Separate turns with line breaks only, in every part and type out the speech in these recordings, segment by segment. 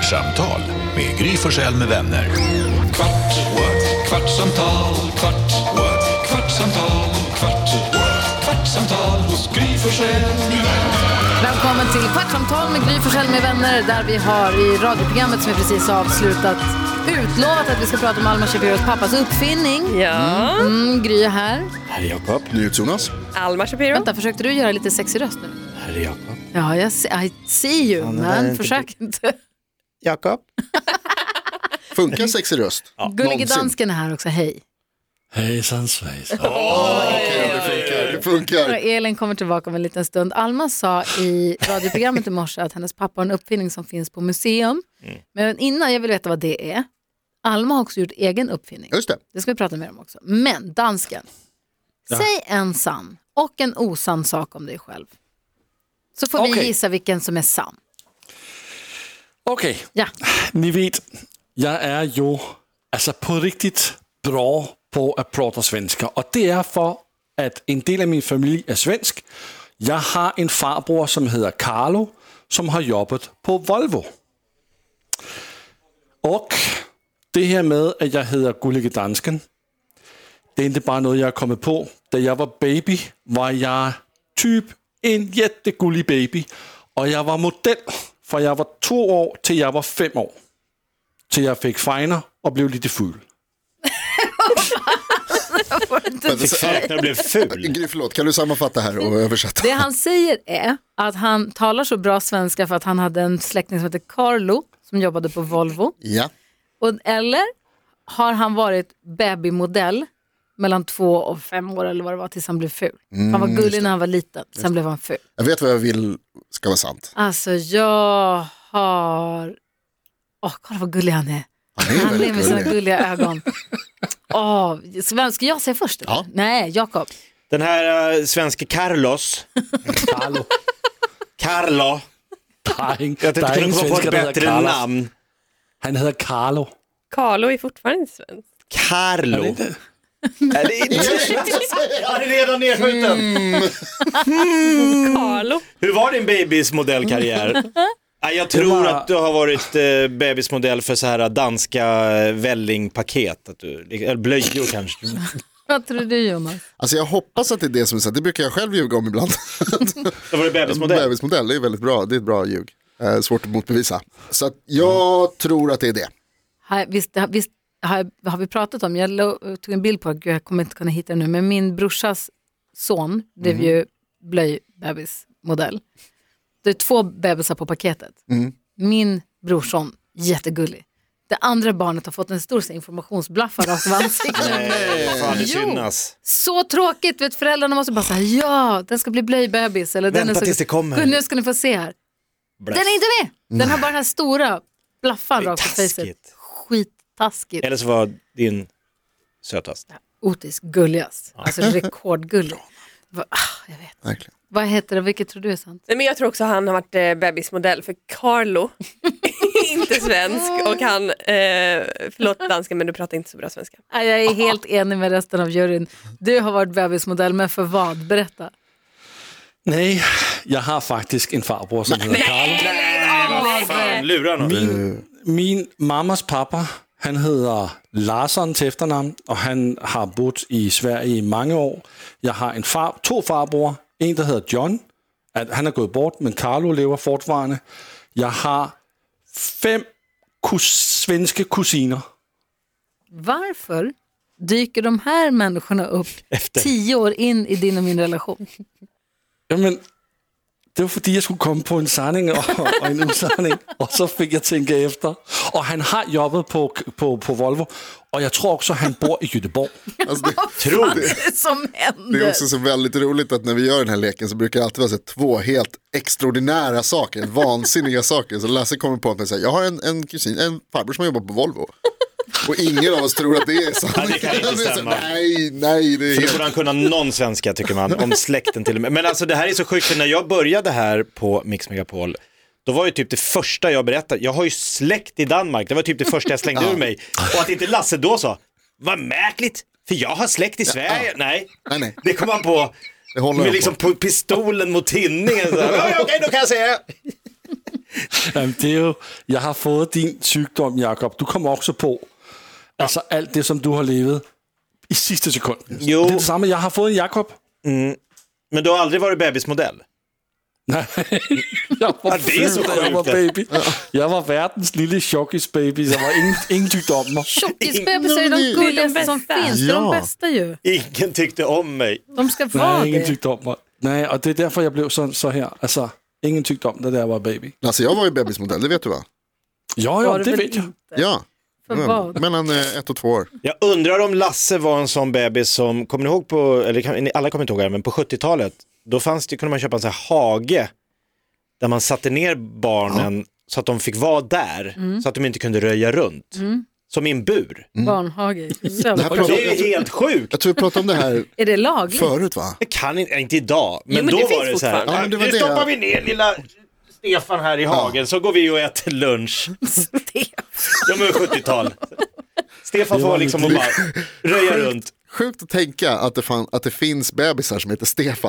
Kvartsamtal med Gry Forssell med vänner. Kvart, what? Kvartsamtal, kvart, what? Kvartsamtal, kvart, what? Kvartsamtal hos Gry Forssell med vänner.
Välkommen till Kvartsamtal med Gry Forssell med vänner, där vi har i radioprogrammet som vi precis avslutat utlovat att vi ska prata om Alma Shapiros pappas uppfinning.
Ja.
Gry är här.
Här är Jakob. Jonas.
Alma Shapiro.
Vänta, försökte du göra lite sexig röst nu?
Här är Jakob.
Ja, I see you, men försök inte.
Jakob.
Funkar sexig röst?
Ja,
Gullige dansken är här också, hej.
Hejsan svejsan.
Det funkar.
Elin kommer tillbaka om en liten stund. Alma sa i radioprogrammet i morse att hennes pappa har en uppfinning som finns på museum. Men innan jag vill veta vad det är. Alma har också gjort egen uppfinning.
Just det.
Det ska vi prata mer om också. Men dansken, säg en sann och en osann sak om dig själv. Så får vi gissa vilken som är sann.
Okej.
Ja.
Ni vet, jag är ju alltså på riktigt bra på att prata svenska. Och det är för att en del av min familj är svensk. Jag har en farbror som heter Carlo som har jobbat på Volvo. Och det här med att jag heter Gullige dansken, det är inte bara något jag har kommit på. Da jag var baby var jag typ en jättegullig baby. Och jag var modell, för jag var 2 år till jag var 5 år. Till jag fick finer och blev lite full.
Jag blev ful. Gry, förlåt, kan du sammanfatta här och översätta?
Det han säger är att han talar så bra svenska för att han hade en släkting som heter Carlo som jobbade på Volvo.
Ja.
Eller har han varit babymodell mellan 2 och 5 år eller vad det var tills han blev ful. Han var gullig när han var liten, sen blev han ful.
Jag vet vad jag vill ska vara sant.
Alltså jag har... kolla vad gullig han är. Han ler med sina gulliga ögon. Vem ska jag säga först?
Ja.
Nej, Jakob.
Den här svenska Carlos. Carlo. Jag tänkte kunna komma på ett bättre namn.
Han heter Carlo.
Carlo är fortfarande inte svensk.
Carlo. Är det inte? Han är redan nedskjuten.
Carlo.
Hur var din babys modellkarriär? Jag tror att du har varit bebismodell för så här danska vällingpaket. Eller blöjor kanske.
Vad tror du, Jonas?
Alltså jag hoppas att det är det som är sant. Det brukar jag själv ljuga om ibland.
Då var det bebismodell.
Bebismodell, det är väldigt bra. Det är ett bra ljug. Svårt att motbevisa. Så att jag tror att det är det.
Visst har vi pratat om, jag tog en bild på, jag kommer inte kunna hitta det nu, men min brorsas son blev ju blöjbebismodell. Det är 2 bebisar på paketet. Min brorson, jättegullig. Det andra barnet har fått en stor informationsblaffar av ansiktet. Så tråkigt, vet, föräldrarna måste bara säga ja, den ska bli blöjbebis. Eller
vänta
den är så...
tills det kommer.
Nu ska ni få se här. Den är inte med. Den har bara den här stora blaffan rakt på facet. Skittaskigt.
Eller så var din sötast.
Otis gulligast. Alltså rekordgullig. Jag vet.
Verkligen.
Vad heter det? Vilket tror du är sant?
Nej, men jag tror också han har varit bebismodell för Carlo. Inte svensk. Och han, förlåt dansken, men du pratar inte så bra svenska.
Jag är helt enig med resten av juryn. Du har varit bebismodell, men för vad? Berätta.
Nej, jag har faktiskt en farbror som heter Carlo.
Fan, lurar någon.
Min mammas pappa, han heter Larsson till efternamn, och han har bott i Sverige i många år. Jag har 2 farbror. En, der hedder John. Han er gået bort, men Carlo lever fortfarande. Jeg har 5 svenske kusiner.
Varför dyker de här människorna upp 10 år in i din och min relation?
Jamen, det var fordi, jeg skulle komme på en sanning og en usanning, og så fik jeg tænke efter. Og han har jobbet på Volvo, og jeg tror också han bor i Göteborg.
Alltså det är också så väldigt roligt att när vi gör den här leken så brukar det alltid vara så 2 helt extraordinära saker, vansinniga saker. Så Lasse kommer på att säga, jag har en kusin, en farbror som jobbar på Volvo. Och ingen av oss tror att det är sant.
Ja, det kan inte stämma.
Nej, det är
helt... För han kunna någon svenska tycker man, om släkten till och med. Men alltså det här är så sjukt, för när jag började här på Mix Megapol, då var ju typ det första jag berättade, jag har ju släkt i Danmark, det var typ det första jag slängde ur mig. Och att inte Lasse då sa, vad märkligt, för jag har släkt i Sverige. Nej, det kom han på med liksom på pistolen mot tinningen. Okej, då kan jag säga.
Jamen, det är ju, jag har fått din sjukdom, Jakob. Du kommer också på alltså, allt det som du har levat i sista sekunden.
Jo.
Det är detsamma, jag har fått en Jakob.
Men du har aldrig varit bebismodell?
Nej, jag var,
det är så sjukt.
jag var baby. Jag var världens lilla tjockisbaby. Jag var ingen tyckte om mig.
Tjockisbebisar är de gulligaste som finns. Det är de bästa ju.
Ingen tyckte om mig.
De ska vara
Nej, ingen
det.
tyckte om mig. Nej, och det är därför jag blev så här. Alltså, ingen tyckte om det där jag var baby.
Alltså jag var ju bebismodell, det vet du va?
Ja, det vet jag.
Ja.
För vad?
Mellan 1 och 2 år.
Jag undrar om Lasse var en sån bebis som, kommer ni ihåg på, eller alla kommer inte ihåg det, men på 70-talet, då kunde man köpa en sån här hage där man satte ner barnen så att de fick vara där, så att de inte kunde röja runt. Som i en bur.
Barnhage.
Det är ju helt sjukt.
Jag tror vi pratade om det här
Är det lagligt?
förut va?
Det kan inte idag, men
men
då
det
var
finns
det så här.
fortfarande.
Ja, men det var
Nu
det
stoppar
jag-
vi ner lilla Stefan här i hagen, så går vi och äter lunch. Ja, men 70-tal. Stefan får liksom och bara röja runt.
Sjukt att tänka att det finns bebisar som heter Stefan.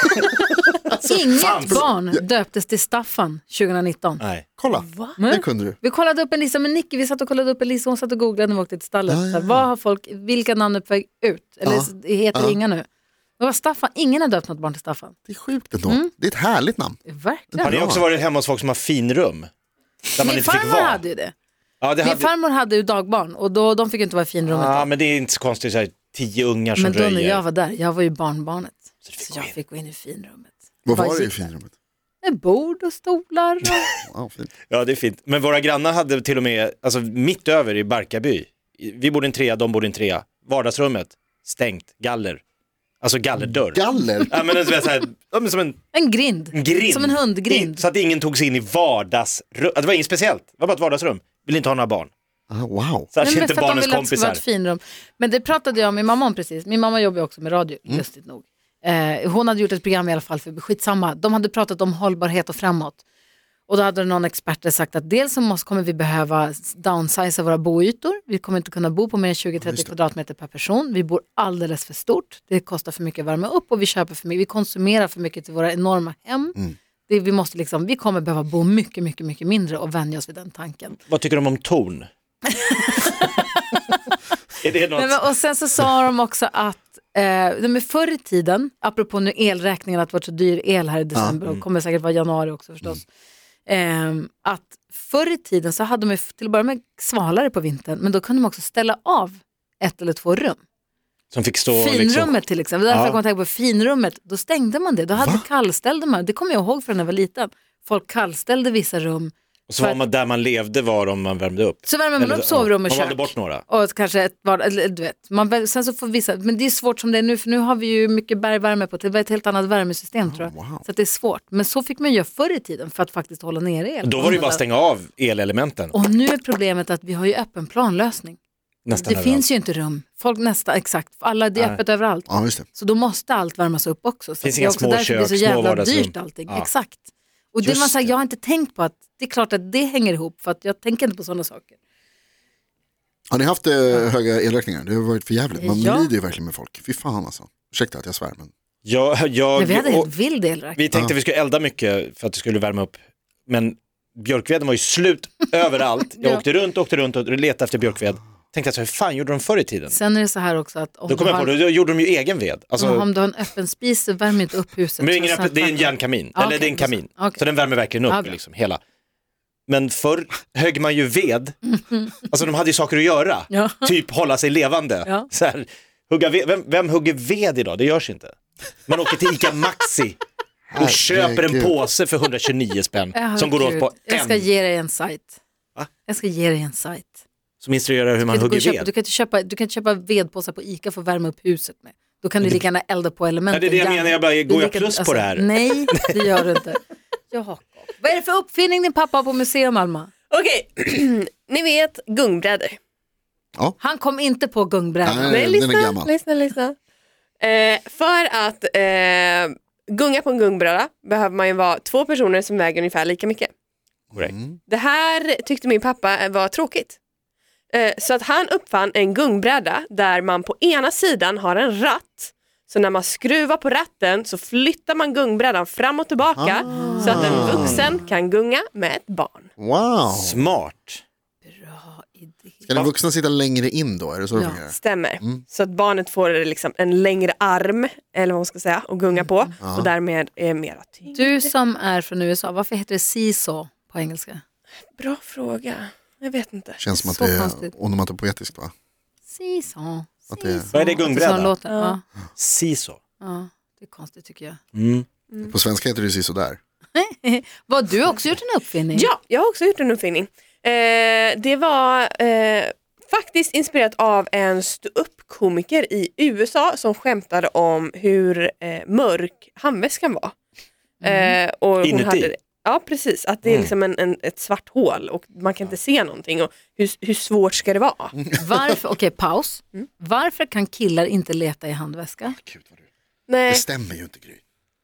Inget barn döptes till Staffan 2019.
Nej.
Kolla, det kunde du.
Vi kollade upp en lista med Nicky, vi satt och kollade upp en lista, hon satt och googlade när vi åkte till stallet. Så här, vad har folk, vilka namn är på väg ut? Eller heter inga nu? Det var Staffan, ingen har döpt något barn till Staffan.
Det är sjukt ändå. Det är ett härligt namn.
Verkligen.
Har ni också varit hemma hos folk som har finrum? Där man
Min
inte fick
farmor
vara?
hade ju det.
Ja,
Min farmor hade ju dagbarn och då, de fick ju inte vara i finrummet.
Ja, men det är inte så konstigt, så här, 10 ungar som
Men då
röjer.
när jag var där, jag var ju barnbarnet.
fick
Så
gå
jag
in.
fick gå in i finrummet.
Vad
Vad
var det i
gick
finrummet?
Med bord och stolar.
Ja, fint.
Ja, det är fint. Men våra grannar hade till och med, alltså mitt över i Barkarby, vi bodde i en 3, de bodde i en 3. Vardagsrummet, stängt, galler. Alltså gallerdörr.
Galler?
Ja, men det är så här, som
En grind.
grind.
Som en hundgrind.
Så att ingen tog sig in i vardagsrum. Det var inget speciellt, det var bara ett vardagsrum. Vill inte ha några barn.
Wow.
Så att
Nej, men
inte
för att de
barnens
ville att det skulle vara
kompisar.
ett finrum. Men det pratade jag med min mamma om precis. Min mamma jobbar ju också med radio, lustigt nog. Hon hade gjort ett program i alla fall för skitsamma. De hade pratat om hållbarhet och framåt. Och då hade någon expert sagt att dels så kommer vi behöva downsize våra boytor. Vi kommer inte kunna bo på mer än 20-30 kvadratmeter per person. Vi bor alldeles för stort. Det kostar för mycket att värma upp och vi köper för mycket. Vi konsumerar för mycket till våra enorma hem. Vi kommer behöva bo mycket, mycket, mycket mindre och vänja oss vid den tanken.
Vad tycker de om ton? Är det något?
Nej, men, och sen så sa de också att förr i tiden, apropå nu elräkningen, att det var så dyr el här i december och kommer säkert vara januari också förstås. Att förr i tiden så hade de till att börja med svalare på vintern, men då kunde de också ställa av 1 eller 2 rum.
Som fick stå
Finrummet
liksom.
till exempel, därför jag kommer att tänka på finrummet, då stängde man det, då kallställde man, det kommer jag ihåg från när jag var liten. Folk kallställde vissa rum.
Och så var man där man levde var om man värmde upp.
Så värmer man upp sovrum och
man
kök.
valde bort några.
Och kanske eller du vet. Sen så får vissa, men det är svårt som det är nu, för nu har vi ju mycket bergvärme på. Det var ett helt annat värmesystem tror jag.
Wow.
Så att det är svårt. Men så fick man göra förr i tiden för att faktiskt hålla ner el.
Då var det ju bara att stänga av elelementen.
Och nu är problemet att vi har ju öppen planlösning.
Nästan
Det
överallt.
finns ju inte rum. Folk exakt. Alla, det är öppet överallt.
Ja, just det.
Så då måste allt värmas upp också. Så
Finns
det är
inga
också
små
därför det blir så
kök, små
jävla
vardagsrum.
dyrt allting.
Ja.
Exakt. Och det
Just
man säger,
det.
jag har inte tänkt på att det är klart att det hänger ihop, för att jag tänker inte på sådana saker.
Har ni haft höga elräkningar? Det har varit för jävligt. Man
Ja.
lider ju verkligen med folk. Fy fan alltså. Ursäkta att jag svär men.
Men vi hade
och,
helt vild elräkning.
vi tänkte att vi skulle elda mycket för att det skulle värma upp. Men björkveden var ju slut överallt. Jag
Ja.
åkte runt och letade efter björkved. Tänkte att hur fan gjorde de förr i tiden?
Sen är det så här också att om
Då kom
du
jag på
har,
det, då gjorde de ju egen ved. Alltså,
om du har en öppen spis så värmer inte upp huset.
men det är,
Så
det är en järnkamin,
Ah,
eller
okej,
det är en kamin.
okej.
Så den värmer verkligen upp
Ah, bra.
liksom, hela. Men förr högg man ju ved. Alltså de hade ju saker att göra.
Ja.
Typ hålla sig levande.
Ja.
Så här, hugga ved. Vem hugger ved idag? Det görs inte. Man åker till Ica Maxi och köper en
Herregud.
påse för 129 spänn som går åt på
Jag ska
en.
ge dig en sajt.
Va?
Jag ska ge dig en sajt.
Som instruerar hur man hugger ved.
Du kan inte köpa vedpåsar på Ica för att värma upp huset med. Då kan du lika gärna elda på elementen.
Ja, det är det jag menar, jag bara, går jag
lika-
plus på det här?
Nej, det gör du inte. Jakob. Vad är det för uppfinning din pappa har på museum, Alma?
Okej, ni vet gungbrädor.
Han kom inte på gungbrädan.
Nej.
Nej,
den
lyssna,
är gammal.
lyssna. För att gunga på en gungbräda behöver man ju vara 2 personer som väger ungefär lika mycket.
Korrekt.
Det här tyckte min pappa var tråkigt. Så att han uppfann en gungbräda där man på ena sidan har en ratt Så när man skruvar på ratten så flyttar man gungbrädan fram och tillbaka så att en vuxen kan gunga med ett barn.
Wow.
Smart.
Bra idé.
Ska den vuxna sitta längre in då? Är det så det fungerar?
Stämmer. Så att barnet får liksom en längre arm, eller vad man ska säga, att gunga på. Och därmed är mera tyngd.
Du som är från USA, varför heter det seesaw på engelska?
Bra fråga. Jag vet inte.
Känns som att
Så
det är
konstigt.
onomatopoetiskt, va?
Seesaw.
Att det är-
Vad är det, gungbräda?
Så låter. Ja.
Siso.
Ja, det är konstigt tycker jag.
På svenska heter det ju sådär.
Vad har du också gjort en uppfinning?
Ja, jag har också gjort en uppfinning. Det var faktiskt inspirerat av en ståuppkomiker i USA som skämtade om hur mörk handväskan var. Och hon
Inuti?
hade, ja, precis. Att det är liksom ett svart hål och man kan inte se någonting. Och hur svårt ska det vara?
Varför, okej, paus. Varför kan killar inte leta i handväska?
Gud, vad det
Nej,
stämmer ju inte, Gry.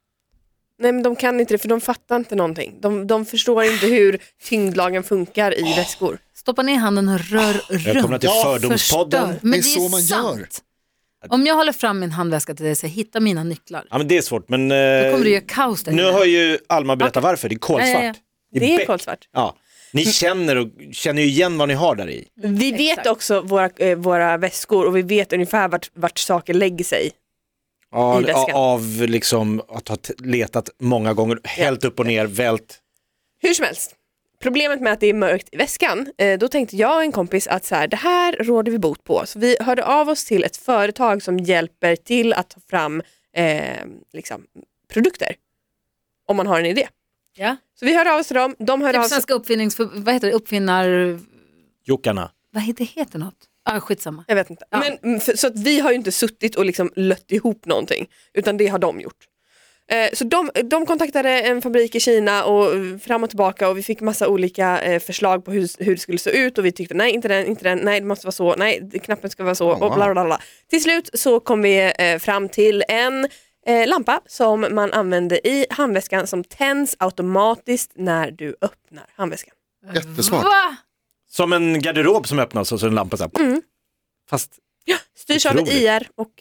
nej, men de kan inte det för de fattar inte någonting. De förstår inte hur tyngdlagen funkar i väskor.
Stoppa ner handen och rör
Välkomna
runt.
till Fördomspodden.
Förstör. Men
Det är så man gör.
Om jag håller fram min handväska till dig och säger hitta mina nycklar.
Ja, men det är svårt, men
Då kommer du göra kaos där.
nu har ju Alma berättat varför. Det är kolsvart.
Ja, ja, ja.
Det är
beck.
kolsvart.
Ja. Ni känner ju igen vad ni har där i.
Vi vet också våra väskor och vi vet ungefär vart saker lägger sig.
Ja,
I väskan.
av liksom att ha letat många gånger, hällt upp och ner, vält.
Hur som helst. Problemet med att det är mörkt i väskan, då tänkte jag och en kompis att så här, det här råder vi bot på. Så vi hörde av oss till ett företag som hjälper till att ta fram liksom, produkter. Om man har en idé.
Ja.
Så vi hörde av oss till dem. De hörde av
Typ
sig.
svenska vad heter det? Uppfinnar...
Jockarna.
Vad heter något? Skitsamma.
Jag vet inte.
Ja.
Men, så att vi har ju inte suttit och liksom lött ihop någonting. Utan det har de gjort. Så de kontaktade en fabrik i Kina och fram och tillbaka och vi fick massa olika förslag på hur det skulle se ut och vi tyckte nej, inte den, nej det måste vara så, nej knappen ska vara så och bla bla bla. Till slut så kom vi fram till en lampa som man använder i handväskan som tänds automatiskt när du öppnar handväskan.
Jättesmart.
Va?
Som en garderob som öppnas och så en lampa så här. Fast
Styrs av ett
Otroligt.
IR och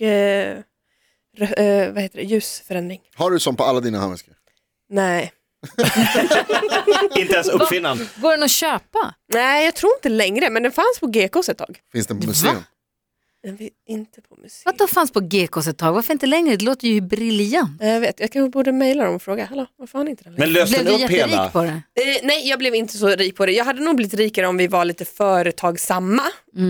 vad heter det? Ljusförändring.
Har du som på alla dina handväskor?
Nej.
inte ens uppfinnaren.
Går den att köpa?
Nej, jag tror inte längre, men den fanns på GKs ett tag.
Finns den på museum?
Va?
Den var inte på museum.
Vad då fanns på GKs ett tag? Varför inte längre? Det låter ju briljant.
Jag vet, jag kanske borde mejla dem och fråga, hallå, varför har ni inte den längre?
Men löste
Blev
den
du
upp
jätterik
hela?
på det?
Nej, jag blev inte så rik på det. Jag hade nog blivit rikare om vi var lite företagsamma.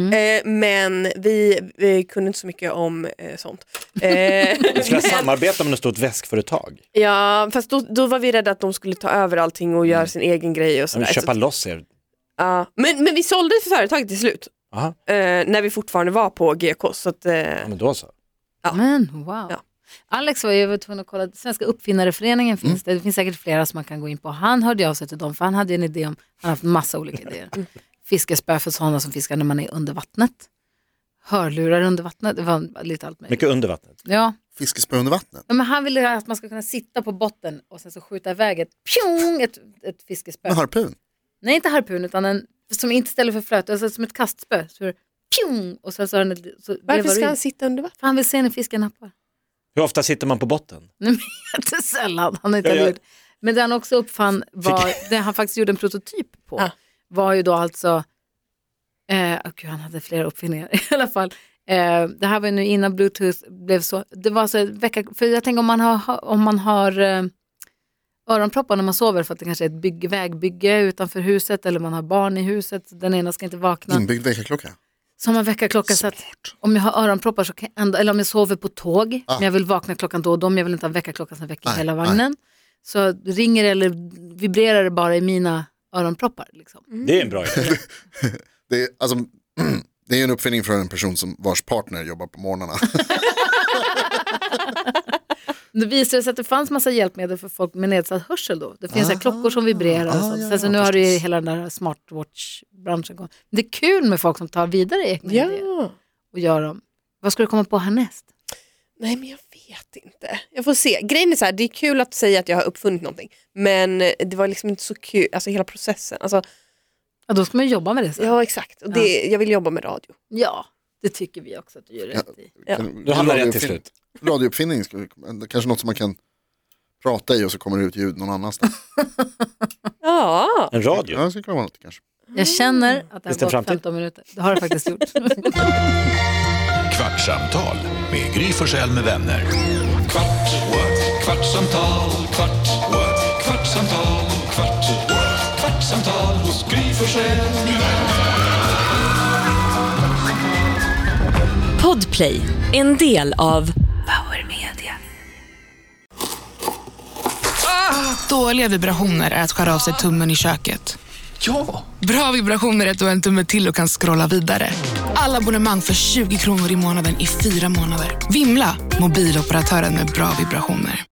Men vi kunde inte så mycket om sånt.
Vi ska samarbeta med något stort väskföretag.
Ja, fast då var vi rädda att de skulle ta över allting och göra sin egen grej och sådär.
Köpa loss er.
Ja, men vi sålde för företaget till slut.
Aha.
När vi fortfarande var på GK. Så att,
Ja, men då så.
Ja.
Men wow.
Ja.
Alex var ju tvungen att kolla, Svenska uppfinnareföreningen finns det. Det finns säkert flera som man kan gå in på. Han hörde av sig till dem för han hade en idé om, han har haft massa olika idéer. Fiskespö för sådana som fiskar när man är under vattnet. Hörlurar under vattnet, det var lite allt möjligt.
Mycket under vattnet.
Ja,
Fiskespö under vattnet?
men han ville att man ska kunna sitta på botten och sen så skjuta iväg ett fiskespö.
Med harpun?
Nej, inte harpun utan en som inte ställer för flöt, alltså som ett kastspö. Så och sen så har den, så
varför ska han sitta under vatten?
För han vill se när fisken nappar.
Hur ofta sitter man på botten?
Nej, men jättesällan. Han har inte gjort. Men det han också uppfann var, det han faktiskt gjorde en prototyp på, var ju då alltså, gud, han hade flera uppfinningar i alla fall. Det här var ju nu innan Bluetooth blev så, det var så vecka, för jag tänker om man har öronproppar när man sover för att det kanske är ett vägbygge utanför huset eller man har barn i huset, den ena ska inte vakna.
Inbyggd väckarklocka?
Så har man väckarklocka så att om jag har öronproppar så kan jag ändå, eller om jag sover på tåg, men jag vill vakna klockan då och då, men jag vill inte ha väckarklocka som väcker hela vagnen. Så ringer eller vibrerar det bara i mina öronproppar. Liksom.
Det är en bra idé.
Det är, alltså, det är en uppfinning från en person vars partner jobbar på morgnarna.
Det visade sig att det fanns massa hjälpmedel för folk med nedsatt hörsel då. Det finns klockor som vibrerar och så. Sen så nu har det ju hela den där smartwatch-branschen gått. Det är kul med folk som tar vidare egna idéer och gör dem. Vad ska du komma på härnäst?
Nej, men jag vet inte. Jag får se. Grejen är så här, det är kul att säga att jag har uppfunnit någonting. Men det var liksom inte så kul, alltså hela processen. Alltså,
Ja, då ska man jobba med det sen.
ja, exakt. Och jag vill jobba med radio.
Ja. Det tycker vi också att du gör rätt i.
Ja.
Du hamnar rätt till slut.
Radiouppfinning, kanske något som man kan prata i och så kommer det ut ljud någon annanstans.
Ja.
En radio.
Ja, det skulle kunna vara något kanske.
Jag känner att det
Finns
har
det
gått 15 minuter. Det har det faktiskt gjort.
Kvartsamtal med Gry Forssell med vänner. Kvart, what? Kvartsamtal, kvart, what? Kvartsamtal, kvart, what? Kvartsamtal hos Gry Forssell med vänner.
Podplay, en del av Power Media.
Dåliga vibrationer är att skära av sig tummen i köket.
Ja!
Bra vibrationer är att du har en tumme till och kan scrolla vidare. Alla abonnemang för 20 kronor i månaden i 4 månader. Vimla, mobiloperatören med bra vibrationer.